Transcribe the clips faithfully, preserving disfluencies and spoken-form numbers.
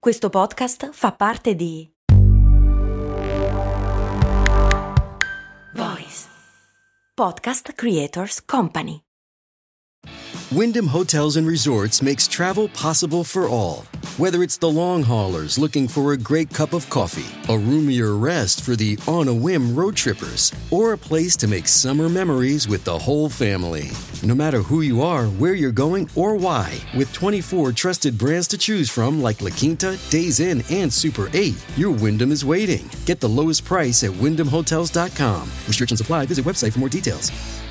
Questo podcast fa parte di Voice Podcast Creators Company. Wyndham Hotels and Resorts makes travel possible for all. Whether it's the long haulers looking for a great cup of coffee, a roomier rest for the on-a-whim road trippers, or a place to make summer memories with the whole family. No matter who you are, where you're going, or why, with twenty-four trusted brands to choose from like La Quinta, Days Inn, and Super eight, your Wyndham is waiting. Get the lowest price at wyndham hotels dot com. Restrictions apply. Visit website for more details.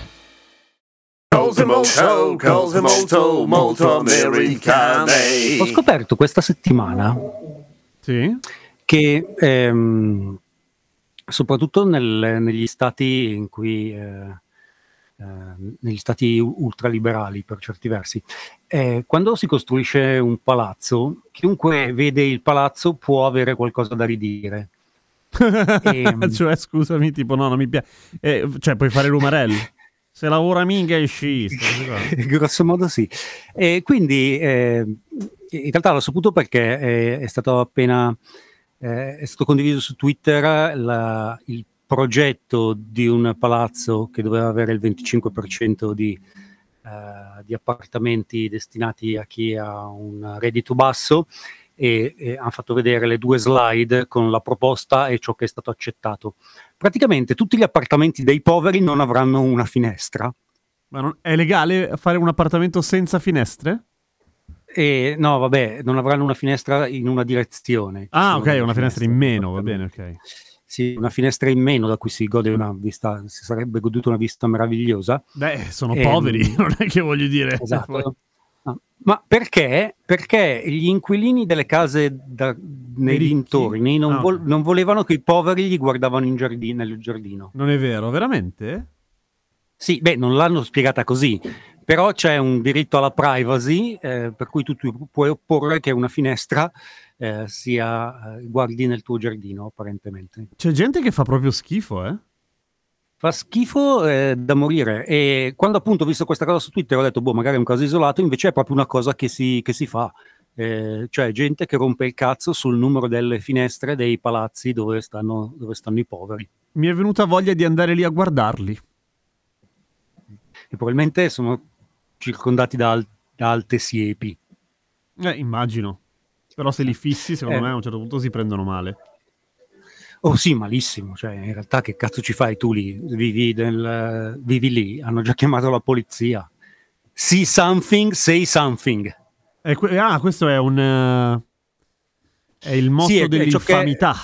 Cose molto, cose molto, molto americane. Ho scoperto questa settimana Sì? che ehm, soprattutto nel- negli stati in cui eh, eh, negli stati u- ultraliberali per certi versi, eh, quando si costruisce un palazzo, chiunque vede il palazzo può avere qualcosa da ridire. Ehm. Cioè, scusami, tipo, no, non mi piace. Eh, cioè, puoi fare l'umarello. Se lavora minga è scista. Grosso modo sì. E quindi eh, in realtà l'ho saputo perché è, è stato appena eh, è stato condiviso su Twitter la- il progetto di un palazzo che doveva avere il venticinque per cento di, eh, di appartamenti destinati a chi ha un reddito basso e, e hanno fatto vedere le due slide con la proposta e ciò che è stato accettato. Praticamente tutti gli appartamenti dei poveri non avranno una finestra. Ma non- è legale fare un appartamento senza finestre? E no, vabbè, non avranno una finestra in una direzione. Ci Ah, sono ok, delle una finestra in finestre, meno, va bene, ok. Sì, una finestra in meno da cui si gode una vista, si sarebbe goduto una vista meravigliosa. Beh, sono Ehm, poveri, non è che voglio dire. Esatto. No, ma perché? Perché gli inquilini delle case da- nei ricchi? dintorni non, Ah, vol- ok. non volevano che i poveri gli guardavano in giardino, nel giardino. Non è vero, veramente? Sì, beh, non l'hanno spiegata così, però c'è un diritto alla privacy, eh, per cui tu, tu puoi opporre che una finestra eh, sia, eh, guardi nel tuo giardino, apparentemente. C'è gente che fa proprio schifo, eh? Fa schifo eh, da morire. E quando appunto ho visto questa cosa su Twitter ho detto, boh, magari è un caso isolato, invece è proprio una cosa che si, che si fa. Eh, cioè gente che rompe il cazzo sul numero delle finestre dei palazzi dove stanno, dove stanno i poveri. Mi è venuta voglia di andare lì a guardarli. E probabilmente sono circondati da, al- da alte siepi. Eh, immagino. Però se li fissi, secondo Eh. me a un certo punto si prendono male. Oh sì, malissimo, cioè in realtà che cazzo ci fai tu lì? Vivi, nel- vivi lì, hanno già chiamato la polizia. See something, say something. E que- ah, questo è un... eh, è il motto Sì, è- è ciò che- dell'infamità.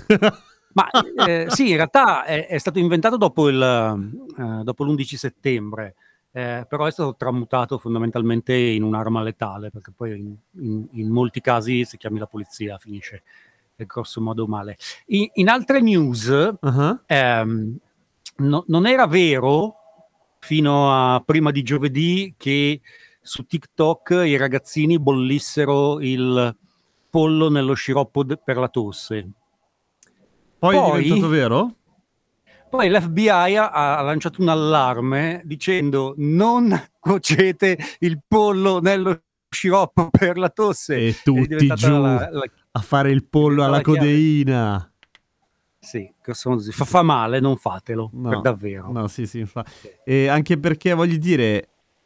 Ma eh, sì, in realtà è, è stato inventato dopo, il, eh, dopo l'undici settembre, eh, però è stato tramutato fondamentalmente in un'arma letale, perché poi in, in- in molti casi se chiami la polizia finisce eh, grosso modo male. In, in altre news, Ah, ehm, no- non era vero fino a prima di giovedì che su TikTok i ragazzini bollissero il pollo nello sciroppo de- per la tosse. Poi, è Poi- diventato vero? Poi l'F B I ha, ha lanciato un allarme dicendo non cuocete il pollo nello sciroppo per la tosse. E È tutti diventata giù la- la- a fare il pollo alla diventata la chiave. codeina. Sì, grosso modo sì. fa, fa male, non fatelo, No, per davvero. No, sì, sì, infa- E anche perché, voglio dire,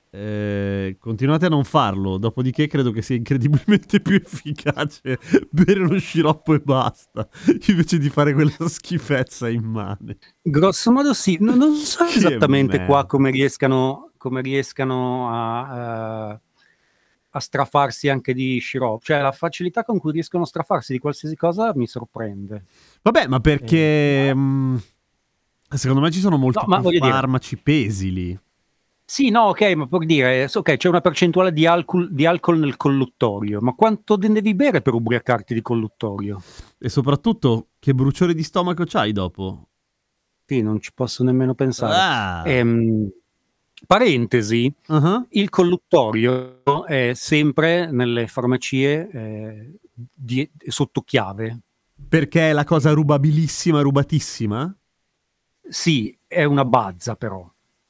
eh, continuate a non farlo, dopodiché credo che sia incredibilmente più efficace bere uno sciroppo e basta, invece di fare quella schifezza immane. Grosso modo sì, no- non so Che esattamente qua merda. come riescano, come riescano a, eh, a strafarsi anche di sciroppo. Cioè la facilità con cui riescono a strafarsi di qualsiasi cosa mi sorprende. Vabbè, ma perché mh, secondo me ci sono molti No, ma più voglio dire- farmaci pesi lì. Sì, no, ok, ma per dire, so, ok, c'è una percentuale di alcol, di alcol nel colluttorio, ma quanto ne devi bere per ubriacarti di colluttorio? E soprattutto, che bruciore di stomaco c'hai dopo? Sì, non ci posso nemmeno pensare. Ah. Ehm, parentesi, Ah. il colluttorio è sempre nelle farmacie eh, di- sotto chiave. Perché è la cosa rubabilissima, rubatissima? Sì, è una bazza però.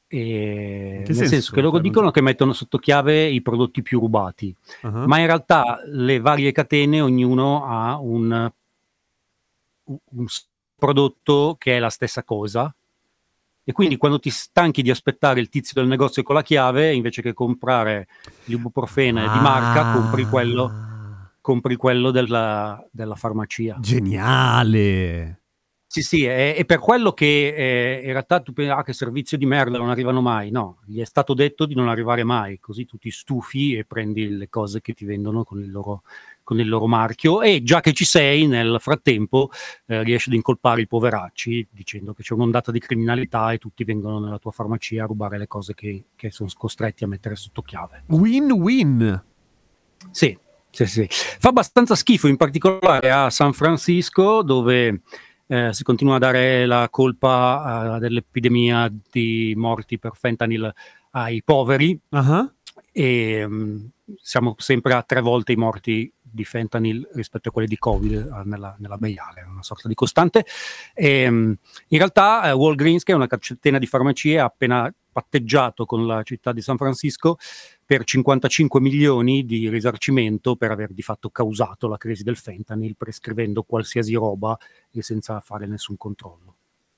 E In che nel senso senso? che loro Cioè, non dicono so. che mettono sotto chiave i prodotti più rubati, Ah. ma in realtà le varie catene, ognuno ha un, un- un s- prodotto che è la stessa cosa. E quindi quando ti stanchi di aspettare il tizio del negozio con la chiave, invece che comprare l'ibuprofene di marca, compri quello, Ah, compri quello della, della farmacia. geniale. Sì, sì, è, è per quello che eh, in realtà tu pensi, ah, che servizio di merda, non arrivano mai. No, gli è stato detto di non arrivare mai, così tu ti stufi e prendi le cose che ti vendono con il loro, con il loro marchio e già che ci sei, nel frattempo eh, riesci ad incolpare i poveracci dicendo che c'è un'ondata di criminalità e tutti vengono nella tua farmacia a rubare le cose che, che sono costretti a mettere sotto chiave. Win-win. Sì, sì, sì. Fa abbastanza schifo, in particolare a San Francisco, dove eh, si continua a dare la colpa eh, dell'epidemia di morti per fentanyl ai poveri. Ah. E mh, siamo sempre a tre volte i morti di fentanyl rispetto a quelli di Covid eh, nella, nella Bay Area, una sorta di costante. E, mh, in realtà eh, Walgreens, che è una catena di farmacie, ha appena patteggiato con la città di San Francisco per cinquantacinque milioni di risarcimento per aver di fatto causato la crisi del fentanyl, prescrivendo qualsiasi roba e senza fare nessun controllo.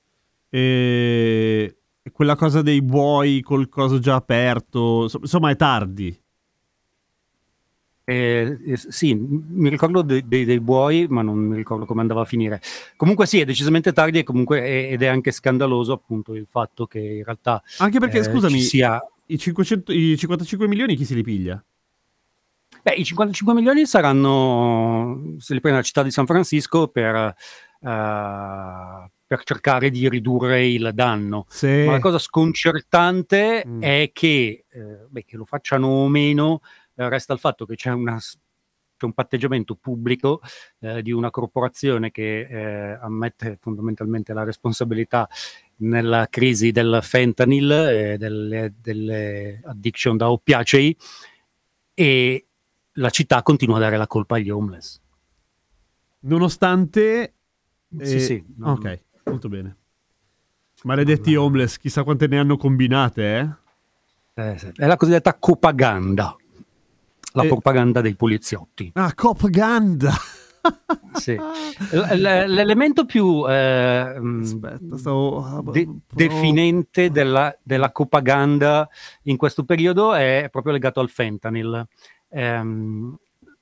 E quella cosa dei buoi col coso già aperto, so- insomma è tardi. Eh, eh, sì, m- mi ricordo de- de- dei buoi, ma non mi ricordo come andava a finire. Comunque sì, è decisamente tardi e comunque è- ed è anche scandaloso appunto il fatto che in realtà Anche perché, eh, ci scusami, sia... i, cinquecento, i cinquantacinque milioni chi se li piglia? Beh, i cinquantacinque milioni saranno, se li prende la città di San Francisco per, eh, per cercare di ridurre il danno. Ma la Se... cosa sconcertante Mm. è che, eh, beh, che lo facciano o meno, eh, resta il fatto che c'è, una, c'è un patteggiamento pubblico eh, di una corporazione che eh, ammette fondamentalmente la responsabilità nella crisi del fentanyl e delle, delle addiction da oppiacei, e la città continua a dare la colpa agli homeless. Nonostante... Sì, eh, sì. Non, ok, molto bene. Maledetti non, homeless, chissà quante ne hanno combinate, eh? eh, sì. È la cosiddetta propaganda, la E- propaganda dei poliziotti. Ah, propaganda! Sì. L- l- l'elemento più eh, Aspetta, stavo... ah, de- pro- definente della, della propaganda in questo periodo è proprio legato al fentanyl. Ehm,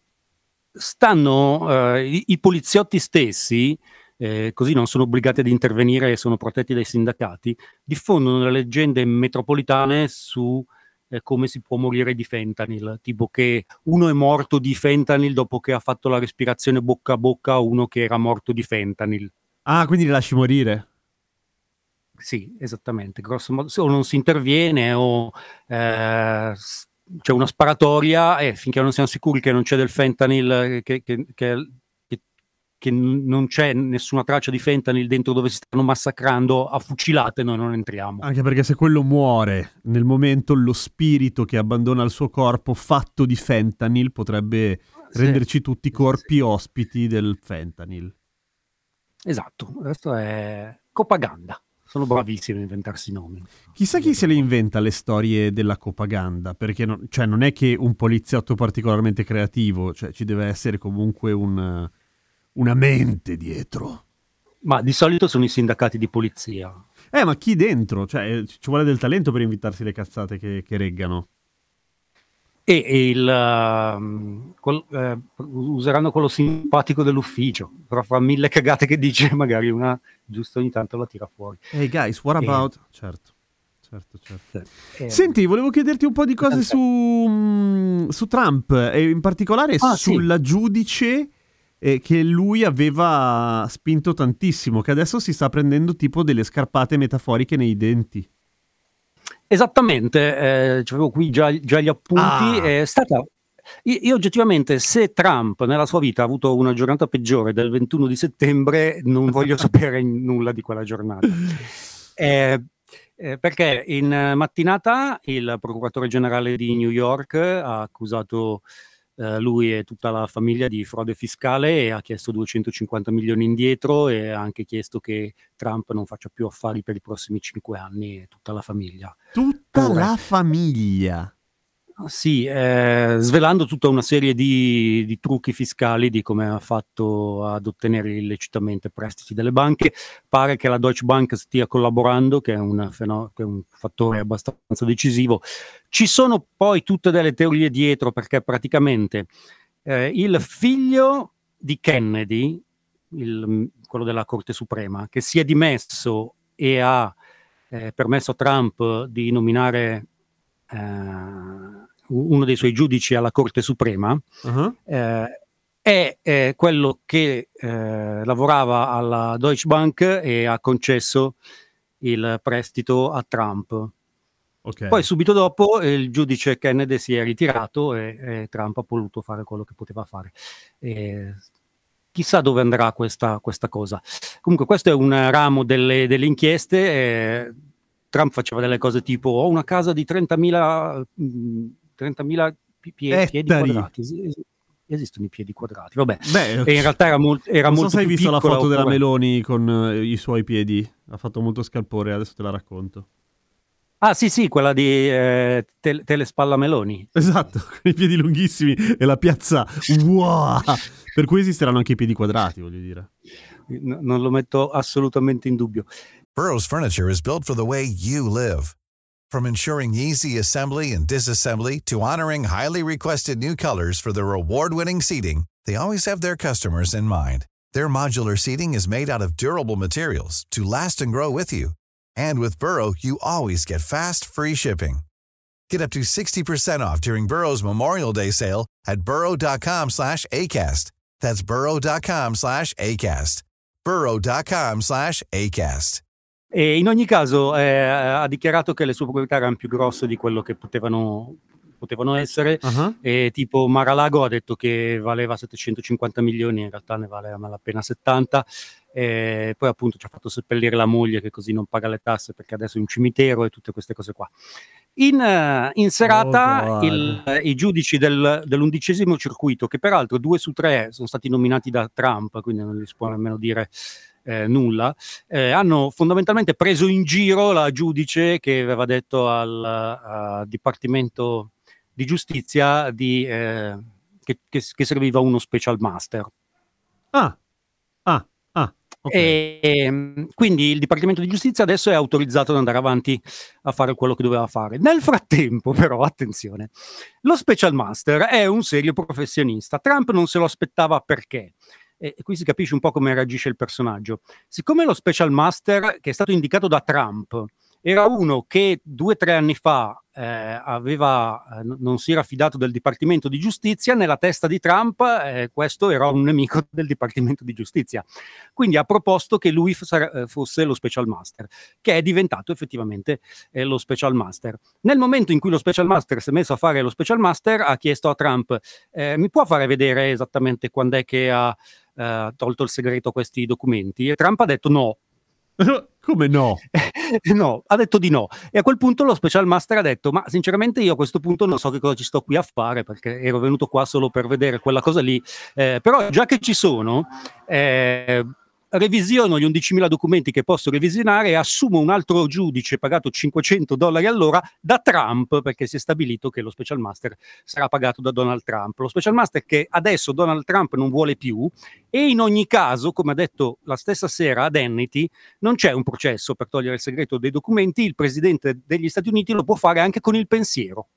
stanno eh, i, i poliziotti stessi, eh, così non sono obbligati ad intervenire e sono protetti dai sindacati, diffondono le leggende metropolitane su eh, come si può morire di fentanyl, tipo che uno è morto di fentanyl dopo che ha fatto la respirazione bocca a bocca a uno che era morto di fentanyl. Ah, quindi li lasci morire. Sì, esattamente, grosso modo, se o non si interviene o eh, s- c'è una sparatoria e finché non siamo sicuri che non c'è del fentanyl, eh, che, che- che- che- che n- non c'è nessuna traccia di fentanyl dentro dove si stanno massacrando a fucilate, noi non entriamo. Anche perché se quello muore nel momento, lo spirito che abbandona il suo corpo fatto di fentanyl potrebbe Sì, renderci tutti corpi sì, ospiti del fentanyl. esatto, questo è propaganda. Sono bravissimi a inventarsi nomi. Chissà chi se le inventa le storie della propaganda, perché non, cioè, non è che un poliziotto particolarmente creativo, cioè ci deve essere comunque un, una mente dietro. Ma di solito sono i sindacati di polizia. Eh, ma chi dentro? Cioè, ci vuole del talento per inventarsi le cazzate che, che reggano. E, e il, um, quel- eh, useranno quello simpatico dell'ufficio, però fra mille cagate che dice, magari una giusto ogni tanto la tira fuori. Hey guys, what E, about... Certo, certo, certo. e, Senti, volevo chiederti un po' di cose su, mm, su Trump e in particolare Ah, sì. sulla giudice eh, che lui aveva spinto tantissimo, che adesso si sta prendendo tipo delle scarpate metaforiche nei denti. Esattamente, eh, c'avevo qui già, già gli appunti. Ah. È stata. Io, io oggettivamente, se Trump nella sua vita ha avuto una giornata peggiore del ventuno di settembre, non voglio sapere nulla di quella giornata. Eh, eh, perché in mattinata il procuratore generale di New York ha accusato eh, lui e tutta la famiglia di frode fiscale e ha chiesto duecentocinquanta milioni indietro e ha anche chiesto che Trump non faccia più affari per i prossimi cinque anni e tutta la famiglia. Tutta Pure. la famiglia. Sì, eh, svelando tutta una serie di, di trucchi fiscali di come ha fatto ad ottenere illecitamente prestiti delle banche. Pare che la Deutsche Bank stia collaborando, che è un, feno- che è un fattore abbastanza decisivo. Ci sono poi tutte delle teorie dietro, perché praticamente eh, il figlio di Kennedy, il- quello della Corte Suprema, che si è dimesso e ha eh, permesso a Trump di nominare eh, uno dei suoi giudici alla Corte Suprema, Uh-huh. eh, è eh, quello che eh, lavorava alla Deutsche Bank e ha concesso il prestito a Trump. Ok. Poi subito dopo eh, il giudice Kennedy si è ritirato e, e Trump ha voluto fare quello che poteva fare. E chissà dove andrà questa, questa cosa. Comunque questo è un ramo delle, delle inchieste. eh, Trump faceva delle cose tipo ho una casa di trentamila, mh, trentamila pi- pie- piedi Ettari. quadrati. Es- es- esistono i piedi quadrati, vabbè. Beh, E in realtà era, molt- era non so molto se hai più visto la piccola, foto della oppure- Meloni con eh, i suoi piedi. Ha fatto molto scalpore, adesso te la racconto. Ah sì sì, quella di eh, Tele- Telespalla Meloni. Esatto, con i piedi lunghissimi e la piazza wow! Per cui esisteranno anche i piedi quadrati, voglio dire. N- non lo metto assolutamente in dubbio. Burrow's furniture is built for the way you live. From ensuring easy assembly and disassembly to honoring highly requested new colors for their award-winning seating, they always have their customers in mind. Their modular seating is made out of durable materials to last and grow with you. And with Burrow, you always get fast, free shipping. Get up to sixty percent off during Burrow's Memorial Day sale at burrow.com slash ACAST. That's burrow.com slash ACAST. burrow.com slash ACAST. E in ogni caso eh, ha dichiarato che le sue proprietà erano più grosse di quello che potevano, potevano essere. Uh-huh. E tipo Mar-a-Lago ha detto che valeva settecentocinquanta milioni, in realtà ne vale appena settanta. E poi appunto ci ha fatto seppellire la moglie, che così non paga le tasse perché adesso è un cimitero e tutte queste cose qua. In, eh, in serata Oh, il- i giudici del- dell'undicesimo circuito, che peraltro due su tre sono stati nominati da Trump, quindi non gli si può nemmeno dire eh, nulla, eh, hanno fondamentalmente preso in giro la giudice che aveva detto al, al Dipartimento di Giustizia di, eh, che, che, che serviva uno special master. Ah, ah, ah, ok. E, e, quindi il Dipartimento di Giustizia adesso è autorizzato ad andare avanti a fare quello che doveva fare. Nel frattempo, però, attenzione, lo special master è un serio professionista. Trump non se lo aspettava perché. E qui si capisce un po' come reagisce il personaggio. Siccome lo special master che è stato indicato da Trump era uno che due o tre anni fa eh, aveva, eh, n- non si era fidato del Dipartimento di Giustizia, nella testa di Trump eh, questo era un nemico del Dipartimento di Giustizia. Quindi ha proposto che lui f- sar- eh, fosse lo special master, che è diventato effettivamente eh, lo special master. Nel momento in cui lo special master si è messo a fare lo special master, ha chiesto a Trump eh, mi può fare vedere esattamente quando è che ha eh, tolto il segreto a questi documenti? E Trump ha detto no. Come no? No, ha detto di no. E a quel punto lo special master ha detto ma sinceramente io a questo punto non so che cosa ci sto qui a fare, perché ero venuto qua solo per vedere quella cosa lì, eh, però già che ci sono eh, revisiono gli undicimila documenti che posso revisionare e assumo un altro giudice pagato cinquecento dollari all'ora da Trump, perché si è stabilito che lo special master sarà pagato da Donald Trump. Lo special master che adesso Donald Trump non vuole più, e in ogni caso, come ha detto la stessa sera ad Hannity, non c'è un processo per togliere il segreto dei documenti, il presidente degli Stati Uniti lo può fare anche con il pensiero.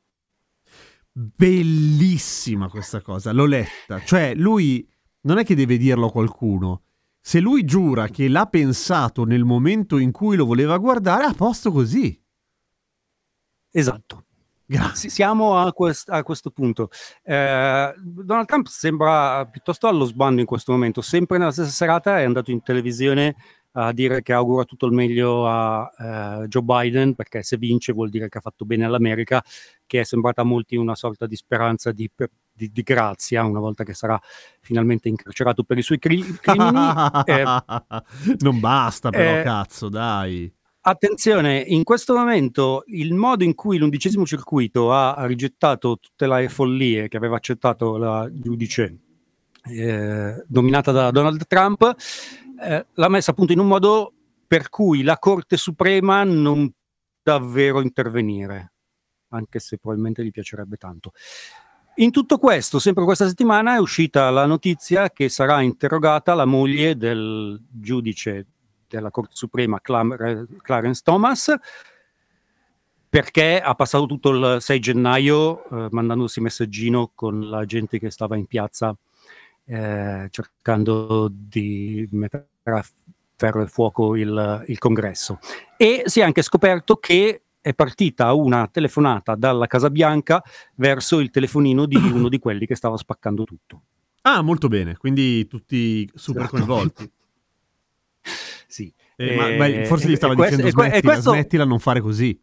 Bellissima questa cosa, l'ho letta. Cioè, lui non è che deve dirlo a qualcuno. Se lui giura che l'ha pensato nel momento in cui lo voleva guardare, è a posto così. Esatto. Grazie. Si- Siamo a, quest- a questo punto. Eh, Donald Trump sembra piuttosto allo sbando in questo momento. Sempre nella stessa serata è andato in televisione a dire che augura tutto il meglio a eh, Joe Biden, perché se vince vuol dire che ha fatto bene all'America, che è sembrata a molti una sorta di speranza di, di, di grazia una volta che sarà finalmente incarcerato per i suoi cri- crimini. Eh, Non basta però, eh, cazzo, dai. attenzione, in questo momento il modo in cui l'undicesimo circuito ha rigettato tutte le follie che aveva accettato la giudice eh, dominata da Donald Trump, eh, l'ha messa appunto in un modo per cui la Corte Suprema non può davvero intervenire, anche se probabilmente gli piacerebbe tanto. In tutto questo, sempre questa settimana è uscita la notizia che sarà interrogata la moglie del giudice della Corte Suprema, Clam- Clarence Thomas, perché ha passato tutto il sei gennaio eh, mandandosi messaggino con la gente che stava in piazza eh, cercando di mettere a ferro e fuoco il, il congresso. E si è anche scoperto che è partita una telefonata dalla Casa Bianca verso il telefonino di uno di quelli che stava spaccando tutto. Ah, molto bene, quindi tutti super Esatto. coinvolti. Sì. Eh, ma, ma Eh, forse gli e- stava e questo- dicendo e que- e smettila, questo- smettila, non fare così.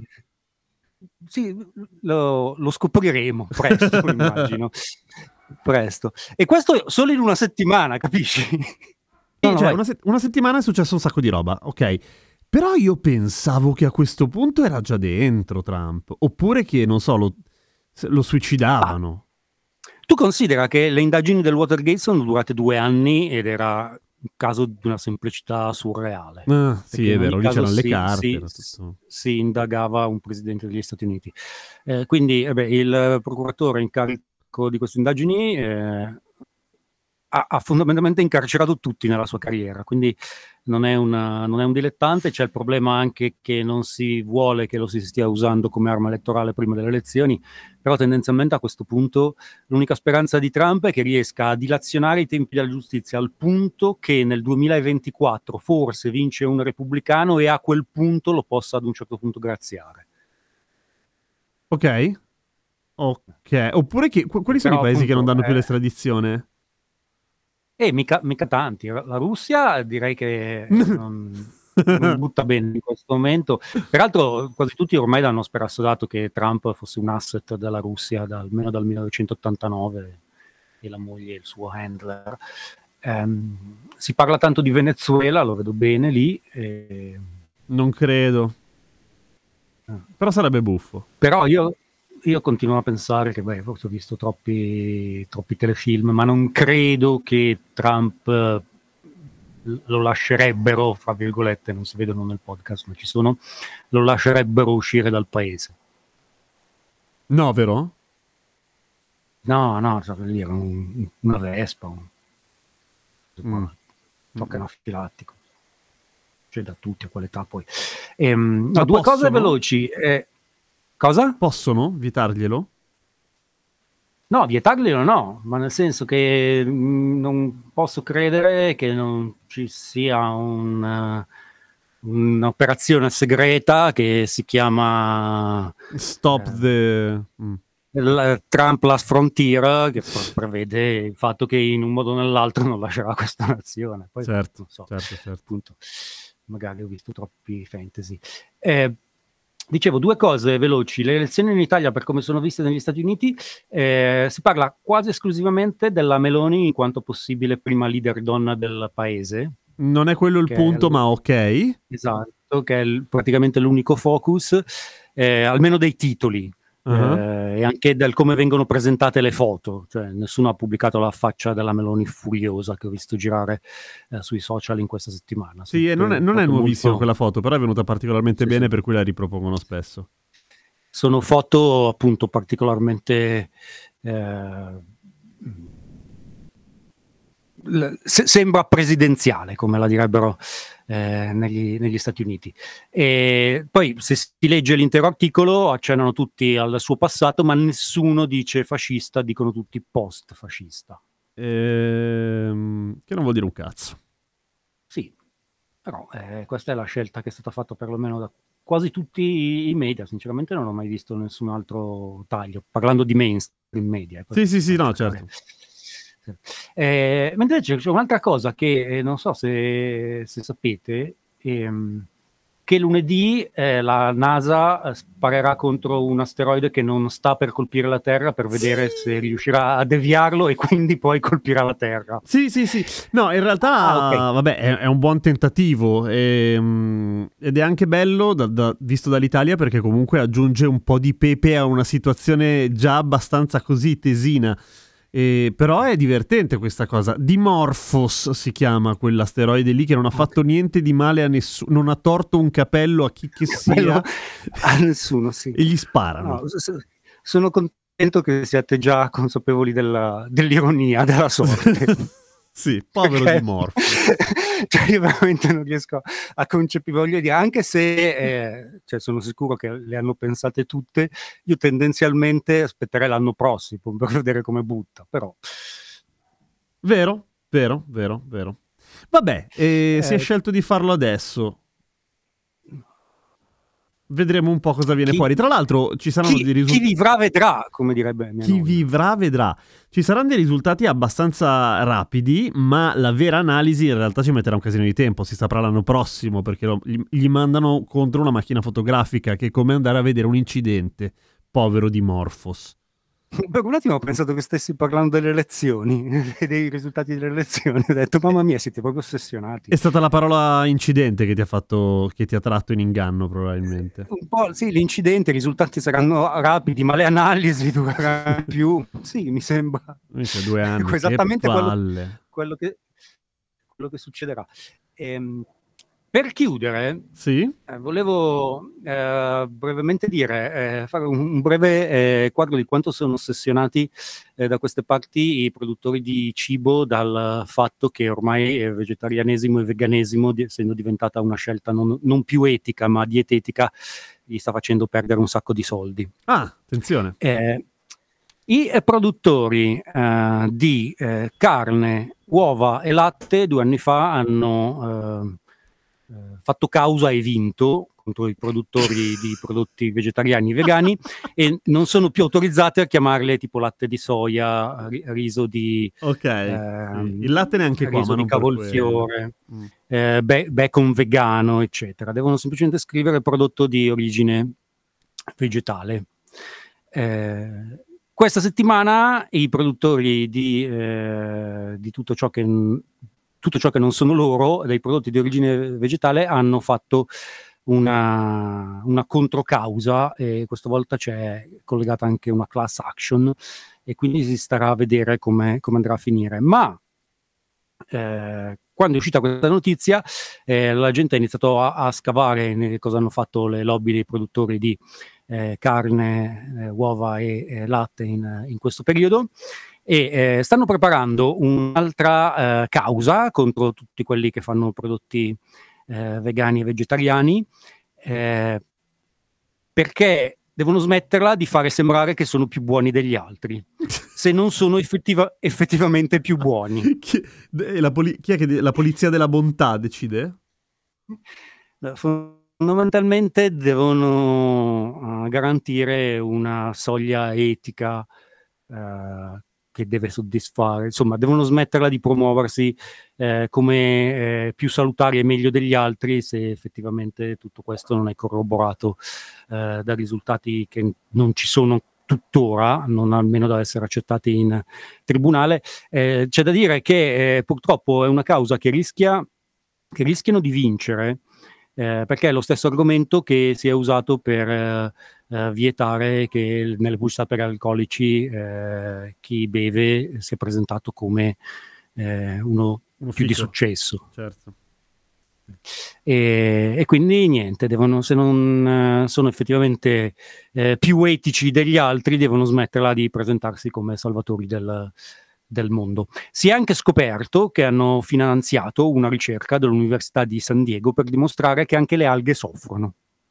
Sì, lo, lo scopriremo presto, immagino. Presto. E questo solo in una settimana, capisci? Sì, No, no, cioè, vai. una, set- una settimana è successo un sacco di roba, ok. Però io pensavo che a questo punto era già dentro Trump, oppure che, non so, lo, se- lo suicidavano. Tu considera che le indagini del Watergate sono durate due anni ed era un caso di una semplicità surreale. Ah, sì, Perché è in vero, ogni lì caso c'erano le si, carte. si- era tutto... si indagava un presidente degli Stati Uniti. Eh, quindi eh beh, il procuratore in carico di queste indagini eh, ha, ha fondamentalmente incarcerato tutti nella sua carriera, quindi non è, una- non è un dilettante. C'è il problema anche che non si vuole che lo si stia usando come arma elettorale prima delle elezioni, però tendenzialmente a questo punto l'unica speranza di Trump è che riesca a dilazionare i tempi della giustizia al punto che nel duemilaventiquattro forse vince un repubblicano e a quel punto lo possa ad un certo punto graziare. Ok. Ok. Oppure che, qu- quali sono Però, i paesi che non appunto, danno più eh, l'estradizione? E mica, mica tanti. La Russia direi che non, non butta bene in questo momento. Peraltro quasi tutti ormai danno per assodato che Trump fosse un asset della Russia da, almeno dal millenovecentottantanove, e la moglie e il suo handler. Ehm, si parla tanto di Venezuela, lo vedo bene lì. e- Non credo. Ah. Però sarebbe buffo. Però io, io continuo a pensare che, beh, forse ho visto troppi, troppi telefilm, ma non credo che Trump eh, lo lascerebbero, fra virgolette, non si vedono nel podcast, ma ci sono, lo lascerebbero uscire dal paese. No, vero? No, no, so per dire, un- una Vespa, un Mm. tocca anafilattico. C'è da tutti a quell'età poi. Ehm, Ma no, due cose possono? veloci. Eh, cosa? Possono vietarglielo? No, vietarglielo no, ma nel senso che mh, non posso credere che non ci sia un, eh, un'operazione segreta che si chiama Stop Eh. the... Mm. il Trump Last Frontier, che pre- prevede il fatto che in un modo o nell'altro non lascerà questa nazione. Poi, Certo, non so, certo, certo. appunto, magari ho visto troppi fantasy. Eh, dicevo, due cose veloci. Le elezioni in Italia, per come sono viste negli Stati Uniti, eh, si parla quasi esclusivamente della Meloni in quanto possibile prima leader donna del paese. Non è quello il Che è punto, il- ma ok. Esatto, che è il- praticamente l'unico focus, eh, almeno dei titoli. Uh-huh. Eh, e anche del come vengono presentate le foto, cioè nessuno ha pubblicato la faccia della Meloni furiosa che ho visto girare eh, sui social in questa settimana. Sì, e non è, non è Foto nuovissima molto- quella foto, però è venuta particolarmente Sì, bene, sì. per cui la ripropongono spesso. Sono foto appunto particolarmente eh, l- se- sembra presidenziale, come la direbbero eh, negli, negli Stati Uniti. E poi se si legge l'intero articolo accennano tutti al suo passato, ma nessuno dice fascista, dicono tutti post-fascista. Ehm, che non vuol dire un cazzo. Sì, però eh, questa è la scelta che è stata fatta perlomeno da quasi tutti i, i media. Sinceramente non ho mai visto nessun altro taglio, parlando di mainstream media. eh, Sì, sì, sì, no, cercare- certo. Sì. Eh, mentre c'è c'è un'altra cosa che eh, non so se, se sapete, ehm, che lunedì eh, la NASA eh, sparerà contro un asteroide che non sta per colpire la Terra, per vedere Sì. se riuscirà a deviarlo e quindi poi colpirà la Terra. Sì, sì, sì. No, in realtà, Ah, ok. vabbè, è, è un buon tentativo ehm, ed è anche bello da- da- visto dall'Italia perché comunque aggiunge un po' di pepe a una situazione già abbastanza così tesina. Eh, però è divertente questa cosa. Dimorphos si chiama quell'asteroide lì che non ha fatto niente di male a nessuno, non ha torto un capello a chi che Quello sia a nessuno, sì. e gli sparano. No, s- s- sono contento che siate già consapevoli della- dell'ironia della sorte. Sì, povero Perché- Dimorphos. cioè, io veramente non riesco a concepire, voglio dire, anche se eh, cioè, sono sicuro che le hanno pensate tutte, io tendenzialmente aspetterei l'anno prossimo per vedere come butta, però Vero, vero, vero, vero. Vabbè, eh, si è Eh, scelto di farlo adesso. Vedremo un po' cosa viene chi, fuori. Tra l'altro ci saranno chi- dei chi risultati. vivrà vedrà, come direbbe mia Chi nonna. vivrà vedrà. Ci saranno dei risultati abbastanza rapidi, ma la vera analisi in realtà ci metterà un casino di tempo. Si saprà l'anno prossimo perché lo- gli, gli mandano contro una macchina fotografica che è come andare a vedere un incidente. Povero Dimorphos. Per un attimo ho pensato che stessi parlando delle elezioni e dei risultati delle elezioni. Ho detto, mamma mia, siete proprio ossessionati. È stata la parola incidente che ti ha fatto, che ti ha tratto in inganno probabilmente. Un po', sì, l'incidente, i risultati saranno rapidi, ma le analisi dureranno più. Sì, mi sembra Invece due anni, che esattamente quello, palle. quello che, quello che succederà. Ehm, per chiudere, Sì? eh, volevo eh, brevemente dire, eh, fare un, un breve eh, quadro di quanto sono ossessionati eh, da queste parti i produttori di cibo dal fatto che ormai il vegetarianesimo e veganesimo, di- essendo diventata una scelta non, non più etica ma dietetica, gli sta facendo perdere un sacco di soldi. Ah, attenzione. Eh, I eh, produttori eh, di eh, carne, uova e latte due anni fa hanno eh, eh, fatto causa e vinto contro i produttori di prodotti vegetariani e vegani e non sono più autorizzati a chiamarle tipo latte di soia, ri- riso di, Ok, ehm, sì. Il latte neanche qua, riso ma di non per cavolfiore, quello. Mm. eh, be- bacon vegano, eccetera. Devono semplicemente scrivere prodotto di origine vegetale. Eh, questa settimana i produttori di, eh, di tutto ciò che tutto ciò che non sono loro, dei prodotti di origine vegetale, hanno fatto una, una controcausa e questa volta c'è collegata anche una class action e quindi si starà a vedere come come andrà a finire. Ma eh, quando è uscita questa notizia, eh, la gente ha iniziato a, a scavare ne- cosa hanno fatto le lobby dei produttori di eh, carne, eh, uova e eh, latte in, in questo periodo e eh, stanno preparando un'altra eh, causa contro tutti quelli che fanno prodotti eh, vegani e vegetariani eh, perché devono smetterla di fare sembrare che sono più buoni degli altri se non sono effettiva- effettivamente più buoni. Chi, eh, la, poli- chi è che de- la polizia della bontà decide? Fondamentalmente devono uh, garantire una soglia etica uh, che deve soddisfare, insomma, devono smetterla di promuoversi eh, come eh, più salutari e meglio degli altri se effettivamente tutto questo non è corroborato eh, da risultati che non ci sono tuttora, non almeno da essere accettati in tribunale. Eh, c'è da dire che eh, purtroppo è una causa che rischia che rischiano di vincere eh, perché è lo stesso argomento che si è usato per eh, eh, vietare che nelle pubblicità per alcolici eh, chi beve si è presentato come eh, uno Uno più di fico. successo. Certo. E, e quindi niente, devono, se non eh, sono effettivamente eh, più etici degli altri, devono smetterla di presentarsi come salvatori del, del mondo. Si è anche scoperto che hanno finanziato una ricerca dell'Università di San Diego per dimostrare che anche le alghe soffrono.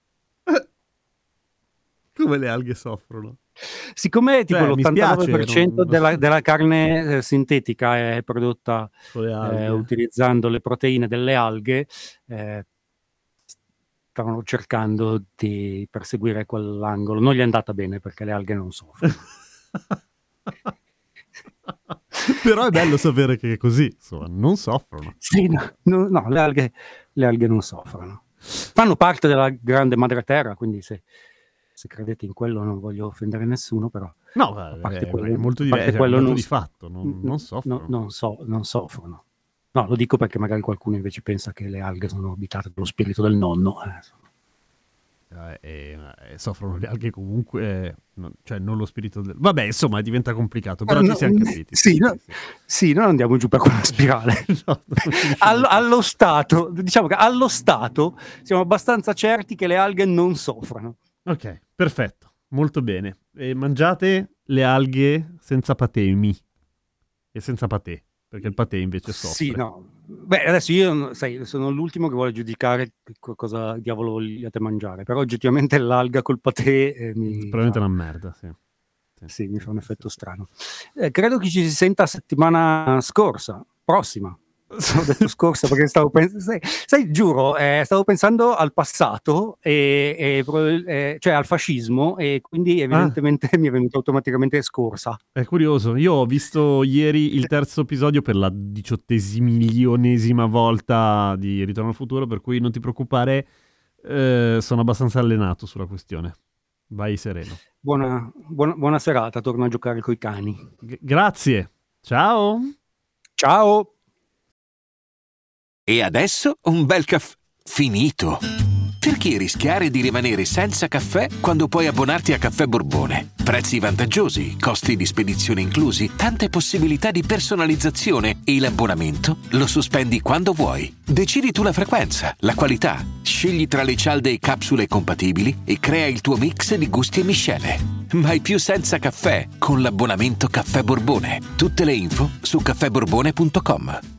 Come le alghe soffrono? Siccome tipo Cioè, mi l'ottantanove per spiace, cento non- della, della carne eh, sintetica è prodotta Con le alghe. eh, utilizzando le proteine delle alghe, eh, stavano cercando di perseguire quell'angolo. Non gli è andata bene perché le alghe non soffrono. Però è bello sapere che è così, insomma, non soffrono. Sì, no, no, no, le alghe, le alghe non soffrono. Fanno parte della grande madre terra, quindi se, se credete in quello non voglio offendere nessuno, però No, a è, parte è quello, molto a parte diverso, è quello un dato non, di fatto, non, non soffrono. no, non, so, non soffrono. No, lo dico perché magari qualcuno invece pensa che le alghe sono abitate dallo spirito del nonno. Eh. Eh, eh, eh, soffrono le alghe comunque, eh, non, cioè non lo spirito del... Vabbè, insomma, diventa complicato, però Eh, ci no, siamo capiti. Sì, no, sì, noi andiamo giù per quella spirale. No, non allo, allo stato, diciamo che allo stato siamo abbastanza certi che le alghe non soffrono. Ok, perfetto, molto bene. E mangiate le alghe senza patemi e senza patè, perché il patè invece soffre. Sì, no. Beh, adesso io sai, sono l'ultimo che vuole giudicare cosa diavolo vogliate mangiare, però oggettivamente l'alga col patè eh, mi Probabilmente fa, una merda, sì. Sì, sì, mi fa un effetto strano. Eh, credo che ci si senta settimana scorsa, prossima. Ho detto scorsa perché stavo pensando, sai, sai, giuro, eh, stavo pensando al passato, e, e, eh, cioè al fascismo, e quindi evidentemente ah. mi è venuto automaticamente scorsa. È curioso, io ho visto ieri il terzo episodio per la diciottesimilionesima volta di Ritorno al futuro, per cui non ti preoccupare, eh, sono abbastanza allenato sulla questione. Vai sereno. Buona, buona, buona serata, torno a giocare coi cani. G- grazie, ciao! Ciao! E adesso un bel caffè finito. Perché rischiare di rimanere senza caffè quando puoi abbonarti a Caffè Borbone? Prezzi vantaggiosi, costi di spedizione inclusi, tante possibilità di personalizzazione e l'abbonamento lo sospendi quando vuoi. Decidi tu la frequenza, la qualità, scegli tra le cialde e capsule compatibili e crea il tuo mix di gusti e miscele. Mai più senza caffè con l'abbonamento Caffè Borbone. Tutte le info su caffè borbone punto com.